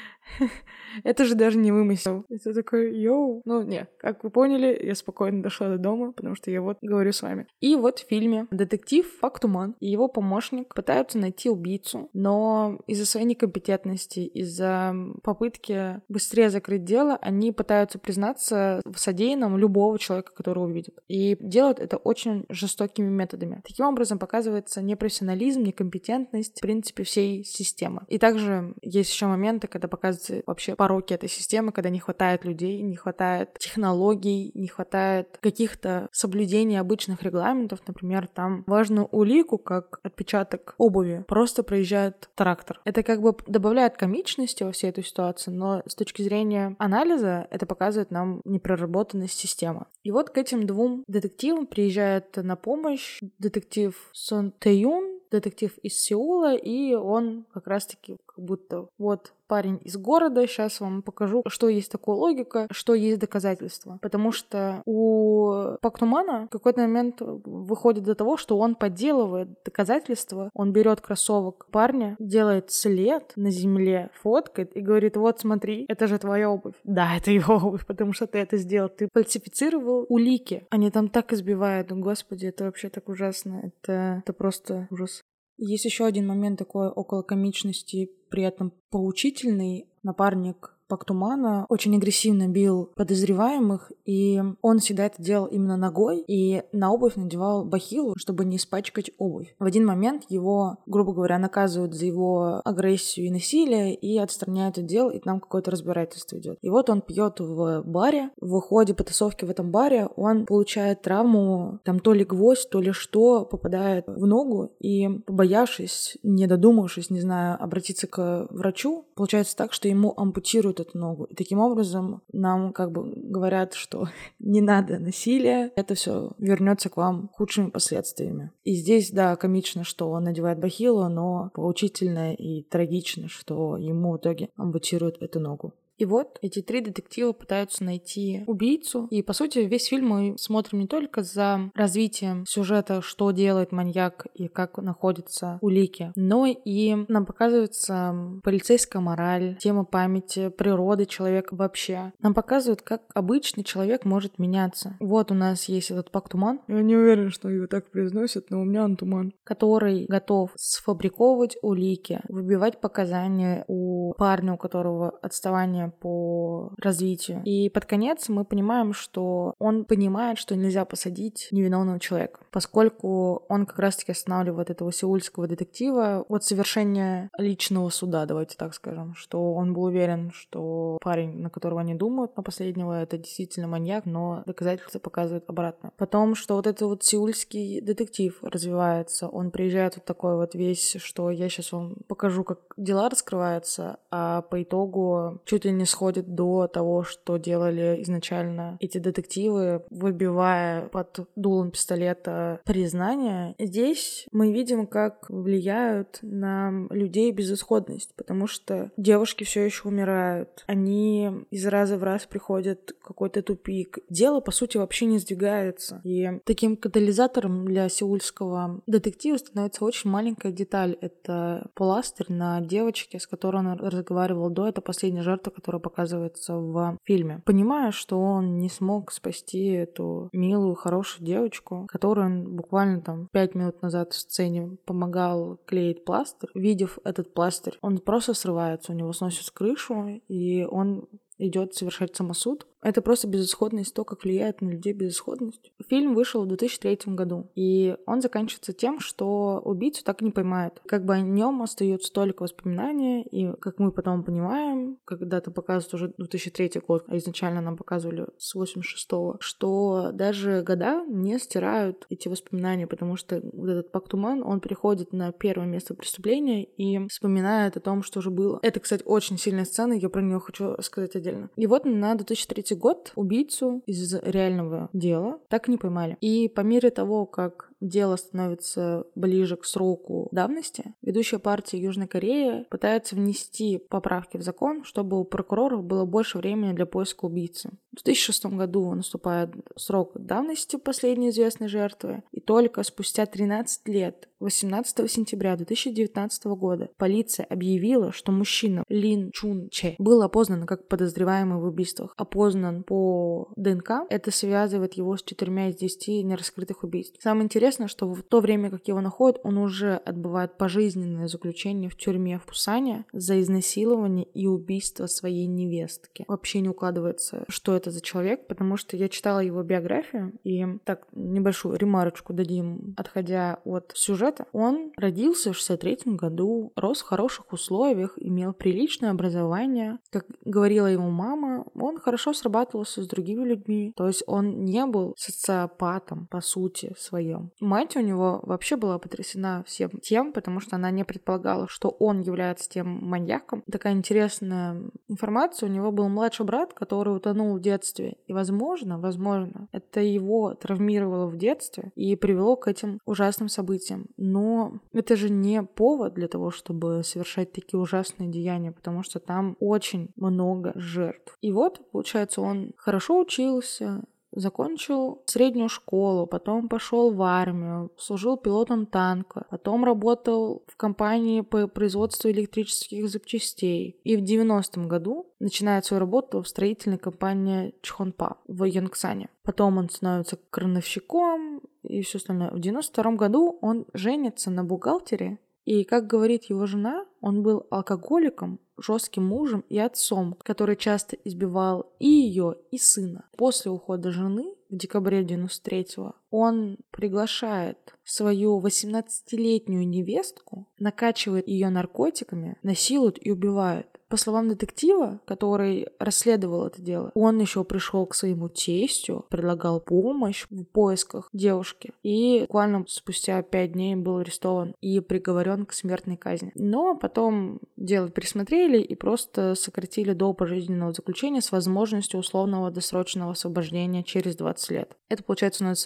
Speaker 1: Это же даже не вымысел. Это такой, йоу. Ну, не, как вы поняли, я спокойно дошла до дома, потому что я вот говорю с вами. И вот в фильме детектив Пак Туман и его помощник пытаются найти убийцу, но из-за своей некомпетентности, из-за попытки быстрее закрыть дело, они пытаются признаться в содеянном любого человека, которого увидят. И делают это очень жестокими методами. Таким образом показывается непрофессионализм, некомпетентность, в принципе, всей системы. И также есть еще моменты, когда показывают показывают вообще пороки этой системы, когда не хватает людей, не хватает технологий, не хватает каких-то соблюдений обычных регламентов. Например, там важную улику, как отпечаток обуви, просто проезжает трактор. Это как бы добавляет комичности во всей этой ситуации, но с точки зрения анализа это показывает нам непроработанность системы. И вот к этим двум детективам приезжает на помощь детектив Сон Тэюн, детектив из Сеула, и он как раз-таки как будто вот парень из города, сейчас вам покажу, что есть такая логика, что есть доказательства. Потому что у Пак Тумана в какой-то момент выходит до того, что он подделывает доказательства, он берет кроссовок парня, делает след на земле, фоткает и говорит: вот смотри, это же твоя обувь. Да, это его обувь, потому что ты это сделал. Ты фальсифицировал улики. Они там так избивают. Господи, это вообще так ужасно. Это просто ужас. Есть еще один момент такой около комичности, при этом поучительный. Напарник Пак Тумана очень агрессивно бил подозреваемых, и он всегда это делал именно ногой, и на обувь надевал бахилу, чтобы не испачкать обувь. В один момент его, грубо говоря, наказывают за его агрессию и насилие, и отстраняют от дел, и там какое-то разбирательство идет. И вот он пьет в баре, в ходе потасовки в этом баре он получает травму, там то ли гвоздь, то ли что, попадает в ногу, и побоявшись, не додумавшись, не знаю, обратиться к врачу, получается так, что ему ампутируют эту ногу. И таким образом нам как бы говорят, что не надо насилия, это все вернется к вам худшими последствиями. И здесь, да, комично, что он надевает бахилу, но поучительно и трагично, что ему в итоге ампутируют эту ногу. И вот эти три детектива пытаются найти убийцу. И, по сути, весь фильм мы смотрим не только за развитием сюжета, что делает маньяк и как находятся улики, но и нам показывается полицейская мораль, тема памяти, природы человека вообще. Нам показывают, как обычный человек может меняться. Вот у нас есть этот Пак Туман. Я не уверена, что его так произносят, но у меня он Туман. Который готов сфабриковывать улики, выбивать показания у парня, у которого отставание по развитию. И под конец мы понимаем, что он понимает, что нельзя посадить невиновного человека, поскольку он как раз-таки останавливает этого сеульского детектива от совершения личного суда, давайте так скажем, что он был уверен, что парень, на которого они думают, на последнего, это действительно маньяк, но доказательства показывают обратно. Потом, что вот этот вот сеульский детектив развивается, он приезжает вот такой вот весь, что я сейчас вам покажу, как дела раскрываются, а по итогу чуть ли не сходит до того, что делали изначально эти детективы, выбивая под дулом пистолета признания. Здесь мы видим, как влияют на людей безысходность, потому что девушки все еще умирают, они из раза в раз приходят в какой-то тупик. Дело, по сути, вообще не сдвигается. И таким катализатором для сеульского детектива становится очень маленькая деталь. Это пластырь на девочке, с которой он разговаривал до. Это последняя жертва, которая показывается в фильме. Понимая, что он не смог спасти эту милую, хорошую девочку, которую он буквально там 5 минут назад в сцене помогал клеить пластырь, увидев этот пластырь, он просто срывается, у него сносит крышу, и он идет совершать самосуд. Это просто безысходность, то, как влияет на людей безысходность. Фильм вышел в 2003 году, и он заканчивается тем, что убийцу так и не поймают. Как бы о нем остается только воспоминания, и, как мы потом понимаем, когда-то показывают уже 2003 год, а изначально нам показывали с 86-го, что даже года не стирают эти воспоминания, потому что вот этот Пак Туман, он приходит на первое место преступления и вспоминает о том, что уже было. Это, кстати, очень сильная сцена, я про нее хочу рассказать отдельно. И вот на 2003 год убийцу из реального дела так и не поймали. И по мере того, как дело становится ближе к сроку давности, ведущая партия Южной Кореи пытается внести поправки в закон, чтобы у прокуроров было больше времени для поиска убийцы. В 2006 году наступает срок давности последней известной жертвы, и только спустя 13 лет, 18 сентября 2019 года, полиция объявила, что мужчина Лин Чун Че был опознан как подозреваемый в убийствах. Опознан по ДНК. Это связывает его с 4 из 10 нераскрытых убийств. Самое интересное, интересно, что в то время, как его находят, он уже отбывает пожизненное заключение в тюрьме в Пусане за изнасилование и убийство своей невестки. Вообще не укладывается, что это за человек, потому что я читала его биографию, и так небольшую ремарочку дадим, отходя от сюжета. Он родился в 63-м году, рос в хороших условиях, имел приличное образование. Как говорила ему мама, он хорошо срабатывался с другими людьми, то есть он не был социопатом, по сути своем. Мать у него вообще была потрясена всем тем, потому что она не предполагала, что он является тем маньяком. Такая интересная информация. У него был младший брат, который утонул в детстве. И, возможно, это его травмировало в детстве и привело к этим ужасным событиям. Но это же не повод для того, чтобы совершать такие ужасные деяния, потому что там очень много жертв. И вот, получается, он хорошо учился, закончил среднюю школу, потом пошел в армию, служил пилотом танка, потом работал в компании по производству электрических запчастей. И в 90-м году начинает свою работу в строительной компании Чхонпа в Йонгсане. Потом он становится крановщиком и все остальное. В 92-м году он женится на бухгалтере. И, как говорит его жена, он был алкоголиком, жестким мужем и отцом, который часто избивал и ее, и сына. После ухода жены в декабре 93-го он приглашает свою 18-летнюю невестку, накачивает ее наркотиками, насилует и убивает. По словам детектива, который расследовал это дело, он еще пришел к своему тестю, предлагал помощь в поисках девушки и буквально спустя 5 дней был арестован и приговорен к смертной казни. Но потом дело пересмотрели и просто сократили до пожизненного заключения с возможностью условного досрочного освобождения через 20 лет. Это получается у нас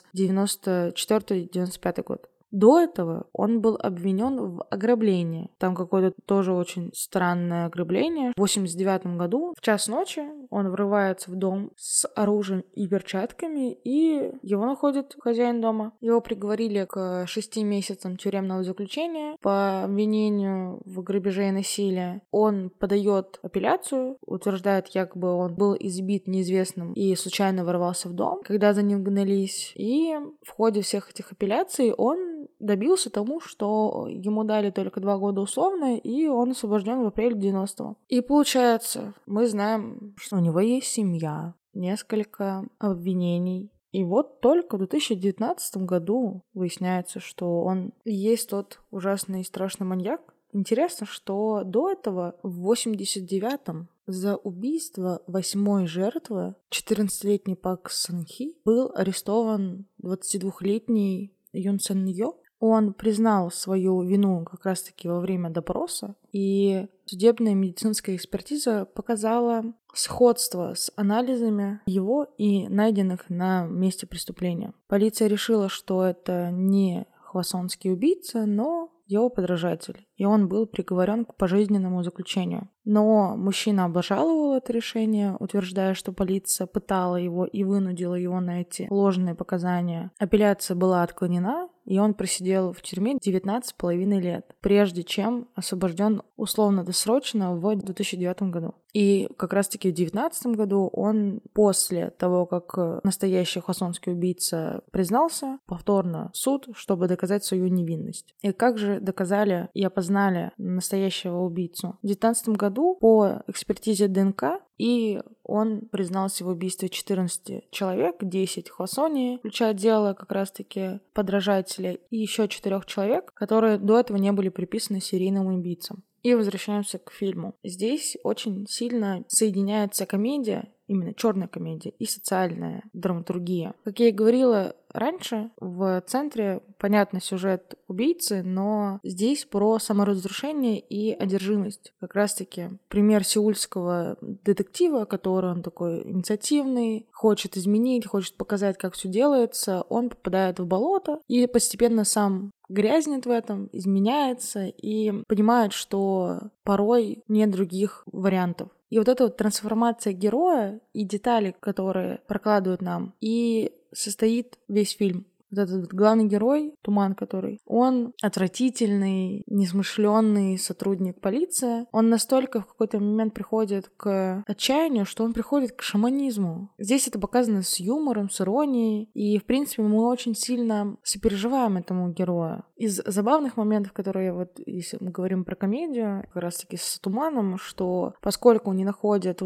Speaker 1: 94-95 год. До этого он был обвинен в ограблении. Там какое-то тоже очень странное ограбление. В 89 году в час ночи он врывается в дом с оружием и перчатками, и его находит хозяин дома. Его приговорили к 6 месяцам тюремного заключения по обвинению в грабеже и насилии. Он подает апелляцию, утверждает, якобы он был избит неизвестным и случайно ворвался в дом, когда за ним гнались. И в ходе всех этих апелляций он добился тому, что ему дали только 2 года условно, и он освобожден в апреле 90-го. И получается, мы знаем, что у него есть семья, несколько обвинений. И вот только в 2019 году выясняется, что он и есть тот ужасный и страшный маньяк. Интересно, что до этого, в 89-м, за убийство 8-й жертвы, 14-летний Пак Сан Хи, был арестован 22-летний Юн Сэн Йо. Он признал свою вину как раз-таки во время допроса, и судебная медицинская экспертиза показала сходство с анализами его и найденных на месте преступления. Полиция решила, что это не хвасонский убийца, но его подражатель, и он был приговорен к пожизненному заключению. Но мужчина обжаловал это решение, утверждая, что полиция пытала его и вынудила его на эти ложные показания. Апелляция была отклонена, и он просидел в тюрьме 19,5 лет, прежде чем освобожден условно-досрочно в 2009 году. И как раз-таки в 2019 году он, после того, как настоящий хвасонский убийца признался, повторно в суд, чтобы доказать свою невинность. И как же доказали и опознали настоящего убийцу? В 2019 году по экспертизе ДНК и он признался в убийстве 14 человек, 10 в Хвасоне, включая дело как раз-таки подражателя, и еще 4 человек, которые до этого не были приписаны серийным убийцам. И возвращаемся к фильму. Здесь очень сильно соединяется комедия, именно черная комедия, и социальная драматургия. Как я и говорила раньше, в центре, понятно, сюжет убийцы, но здесь про саморазрушение и одержимость. Как раз-таки пример сеульского детектива, который он такой инициативный, хочет изменить, хочет показать, как все делается, он попадает в болото и постепенно сам грязнет в этом, изменяется и понимает, что порой нет других вариантов. И вот эта вот трансформация героя и детали, которые прокладывают нам, и состоит весь фильм. вот этот вот главный герой, Туман который, он отвратительный, несмышленный сотрудник полиции. Он настолько в какой-то момент приходит к отчаянию, что он приходит к шаманизму. Здесь это показано с юмором, с иронией, и, в принципе, мы очень сильно сопереживаем этому герою. Из забавных моментов, которые вот, если мы говорим про комедию, как раз-таки с Туманом, что поскольку не находят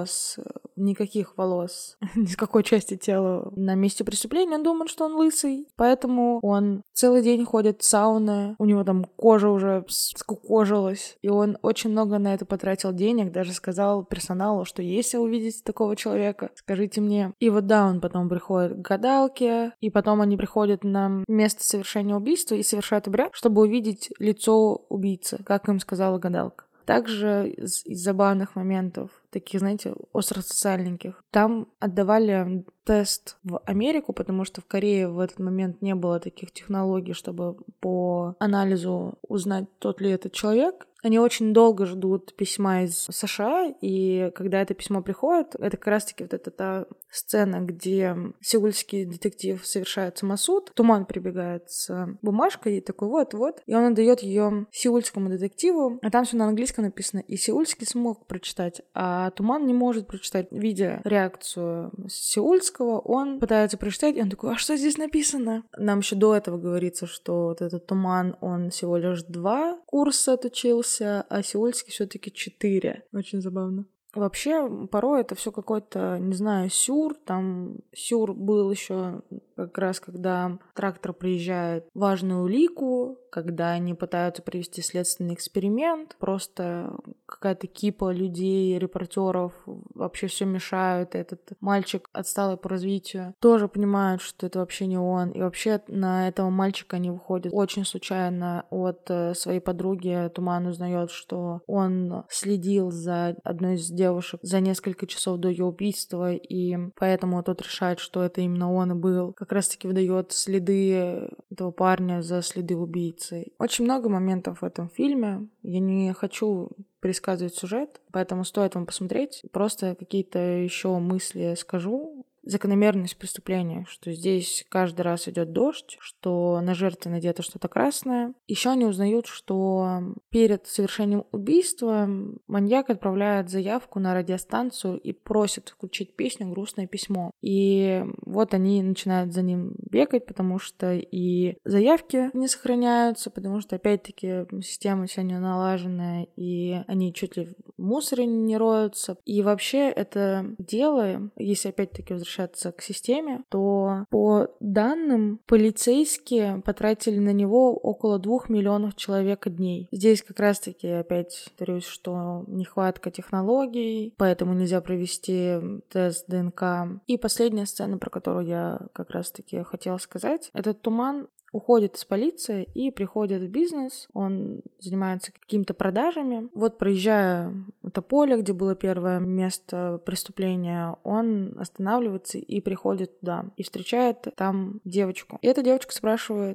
Speaker 1: никаких волос, ни с какой части тела на месте преступления, он думает, что он лысый, поэтому он целый день ходит в сауны, у него там кожа уже скукожилась, и он очень много на это потратил денег, даже сказал персоналу, что если увидите такого человека, скажите мне. И вот да, он потом приходит к гадалке, и потом они приходят на место совершения убийства и совершают обряд, чтобы увидеть лицо убийцы, как им сказала гадалка. Также из забавных моментов, таких, знаете, остросоциальненьких, там отдавали тест в Америку, потому что в Корее в этот момент не было таких технологий, чтобы по анализу узнать, тот ли этот человек. Они очень долго ждут письма из США, и когда это письмо приходит, это как раз-таки вот эта та сцена, где сеульский детектив совершает самосуд, Туман прибегает с бумажкой и такой вот, и он отдает ее сеульскому детективу, а там все на английском написано, и сеульский смог прочитать, а Туман не может прочитать. Видя реакцию сеульского, он пытается прочитать, и он такой, а что здесь написано? Нам еще до этого говорится, что вот этот Туман, он всего лишь 2 курса отучился, а сеульский все-таки 4. Очень забавно. Вообще, порой это все какой-то, не знаю, сюр. Там сюр был еще как раз, когда трактор приезжает в важную улику, когда они пытаются провести следственный эксперимент, просто какая-то кипа людей, репортеров вообще все мешают. Этот мальчик, отсталый по развитию, тоже понимает, что это вообще не он. И вообще на этого мальчика они выходят очень случайно от своей подруги. Туман узнает, что он следил за одной из девушек за несколько часов до ее убийства, и поэтому тот решает, что это именно он и был. Как раз-таки выдает следы этого парня за следы убийцы. Очень много моментов в этом фильме. Я не хочу пересказывать сюжет, поэтому стоит вам посмотреть. Просто какие-то еще мысли скажу. Закономерность преступления, что здесь каждый раз идет дождь, что на жертве надето что-то красное. Еще они узнают, что перед совершением убийства маньяк отправляет заявку на радиостанцию и просит включить песню «Грустное письмо». И вот они начинают за ним бегать, потому что и заявки не сохраняются, потому что, опять-таки, система вся не налаженная, и они чуть ли в мусоре не роются. И вообще это дело, если опять-таки возвращаться к системе, то по данным полицейские потратили на него около 2 миллионов человека дней. Здесь как раз-таки опять повторюсь, что нехватка технологий, поэтому нельзя провести тест ДНК. И последняя сцена, про которую я как раз-таки хотела сказать, этот Туман уходит из полиции и приходит в бизнес. Он занимается какими-то продажами. Вот проезжая это поле, где было первое место преступления, он останавливается и приходит туда. И встречает там девочку. И эта девочка спрашивает,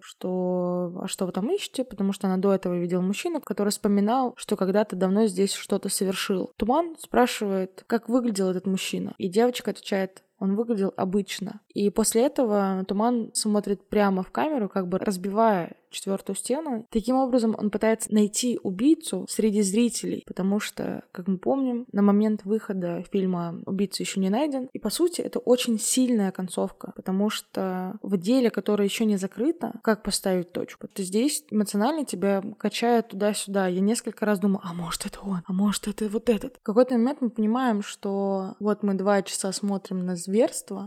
Speaker 1: а что вы там ищете? Потому что она до этого видела мужчину, который вспоминал, что когда-то давно здесь что-то совершил. Туман спрашивает, как выглядел этот мужчина. И девочка отвечает, он выглядел обычно. И после этого Туман смотрит прямо в камеру, как бы разбивая 4-ю стену. Таким образом, он пытается найти убийцу среди зрителей, потому что, как мы помним, на момент выхода фильма убийца еще не найден. И, по сути, это очень сильная концовка, потому что в деле, которое еще не закрыто, как поставить точку? То здесь эмоционально тебя качает туда-сюда. Я несколько раз думаю, а может это он, а может это вот этот. В какой-то момент мы понимаем, что вот мы 2 часа смотрим на зверство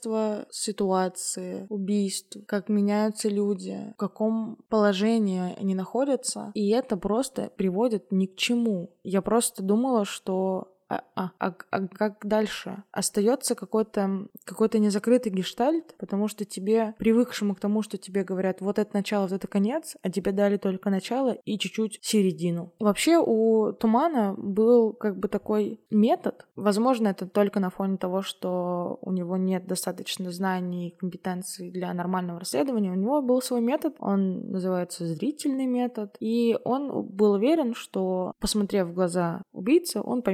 Speaker 1: ситуации, убийств, как меняются люди, в каком положении они находятся, и это просто приводит ни к чему. Я просто думала, что как дальше? Остается какой-то незакрытый гештальт, потому что тебе, привыкшему к тому, что тебе говорят, вот это начало, вот это конец, а тебе дали только начало и чуть-чуть середину. Вообще у Тумана был как бы такой метод, возможно, это только на фоне того, что у него нет достаточно знаний и компетенций для нормального расследования, у него был свой метод, он называется зрительный метод, и он был уверен, что, посмотрев в глаза убийцы, он поймет, что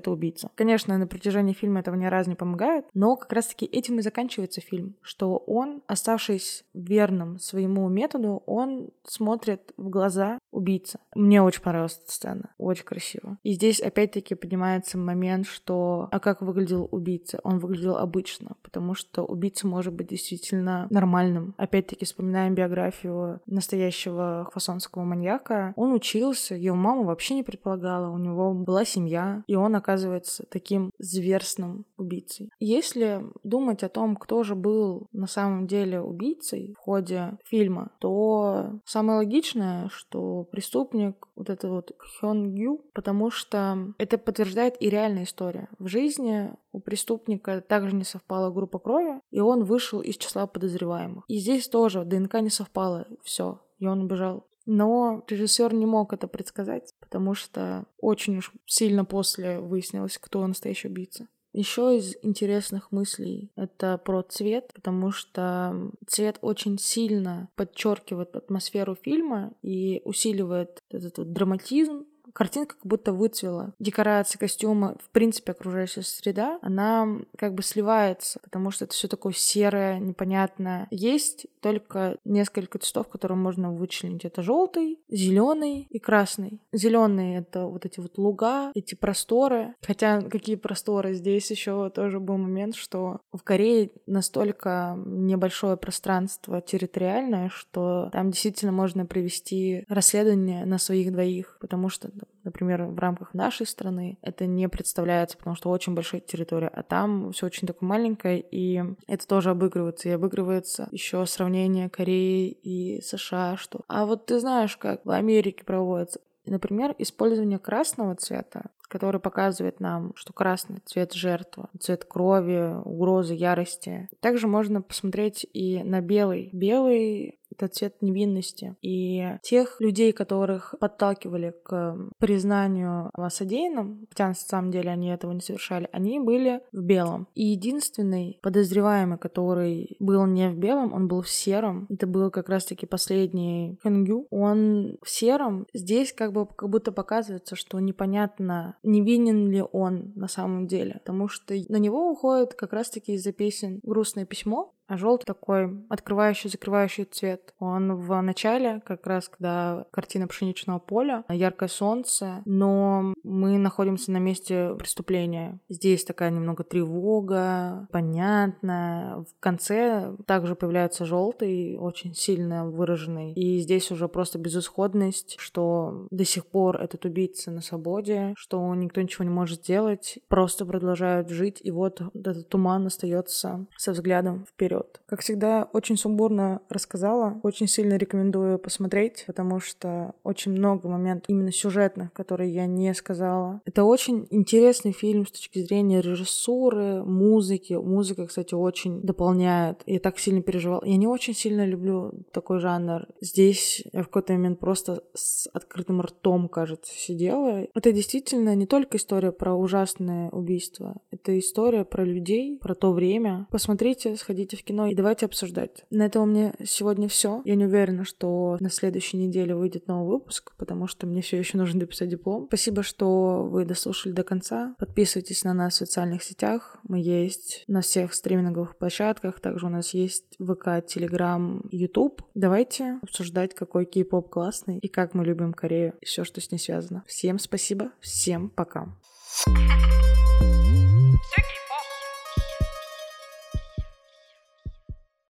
Speaker 1: это убийца. Конечно, на протяжении фильма этого ни разу не помогает, но как раз-таки этим и заканчивается фильм, что он, оставшись верным своему методу, он смотрит в глаза убийцы. Мне очень понравилась эта сцена, очень красиво. И здесь опять-таки поднимается момент, что а как выглядел убийца? Он выглядел обычно, потому что убийца может быть действительно нормальным. Опять-таки вспоминаем биографию настоящего хвасонского маньяка. Он учился, его мама вообще не предполагала, у него была семья, и он оказывается таким зверстным убийцей. Если думать о том, кто же был на самом деле убийцей в ходе фильма, то самое логичное, что преступник вот это вот Хён Гю, потому что это подтверждает и реальная история. В жизни у преступника также не совпала группа крови, и он вышел из числа подозреваемых. И здесь тоже ДНК не совпало, все, и он убежал. Но режиссер не мог это предсказать, потому что очень уж сильно после выяснилось, кто настоящий убийца. Еще из интересных мыслей это про цвет, потому что цвет очень сильно подчеркивает атмосферу фильма и усиливает этот вот драматизм. Картинка как будто выцвела. Декорации, костюмы, в принципе, окружающая среда, она как бы сливается, потому что это все такое серое, непонятное. Есть только несколько цветов, которые можно вычленить. Это желтый, зеленый и красный. Зеленый — это вот эти вот луга, эти просторы. Хотя какие просторы? Здесь еще тоже был момент, что в Корее настолько небольшое пространство территориальное, что там действительно можно провести расследование на своих двоих, потому что, например, в рамках нашей страны это не представляется, потому что очень большая территория, а там все очень такое маленькое, и это тоже обыгрывается. И обыгрывается еще сравнение Кореи и США, что «а вот ты знаешь, как в Америке проводится». И, например, использование красного цвета, который показывает нам, что красный — цвет жертвы, цвет крови, угрозы, ярости. Также можно посмотреть и на белый. Белый — это цвет невинности. И тех людей, которых подталкивали к признанию о содеянном, хотя на самом деле они этого не совершали, они были в белом. И единственный подозреваемый, который был не в белом, он был в сером. Это был как раз-таки последний Хэнгю. Он в сером. Здесь как будто показывается, что непонятно, невинен ли он на самом деле, потому что на него уходит как раз-таки из-за песен «Грустное письмо», а желтый такой открывающий, закрывающий цвет. Он в начале, как раз когда картина пшеничного поля, яркое солнце, но мы находимся на месте преступления. Здесь такая немного тревога, понятно. В конце также появляется желтый, очень сильно выраженный. И здесь уже просто безысходность, что до сих пор этот убийца на свободе, что никто ничего не может сделать, просто продолжают жить, и вот этот туман остается со взглядом вперед. Как всегда, очень сумбурно рассказала. Очень сильно рекомендую посмотреть, потому что очень много моментов именно сюжетных, которые я не сказала. Это очень интересный фильм с точки зрения режиссуры, музыки. Музыка, кстати, очень дополняет. Я так сильно переживала. Я не очень сильно люблю такой жанр. Здесь я в какой-то момент просто с открытым ртом, кажется, сидела. Это действительно не только история про ужасное убийство. Это история про людей, про то время. Посмотрите, сходите в кино и давайте обсуждать. На этом у меня сегодня все. Я не уверена, что на следующей неделе выйдет новый выпуск, потому что мне все еще нужно дописать диплом. Спасибо, что вы дослушали до конца. Подписывайтесь на нас в социальных сетях. Мы есть на всех стриминговых площадках. Также у нас есть ВК, Телеграм, Ютуб. Давайте обсуждать, какой кей-поп классный и как мы любим Корею и все, что с ней связано. Всем спасибо, всем пока.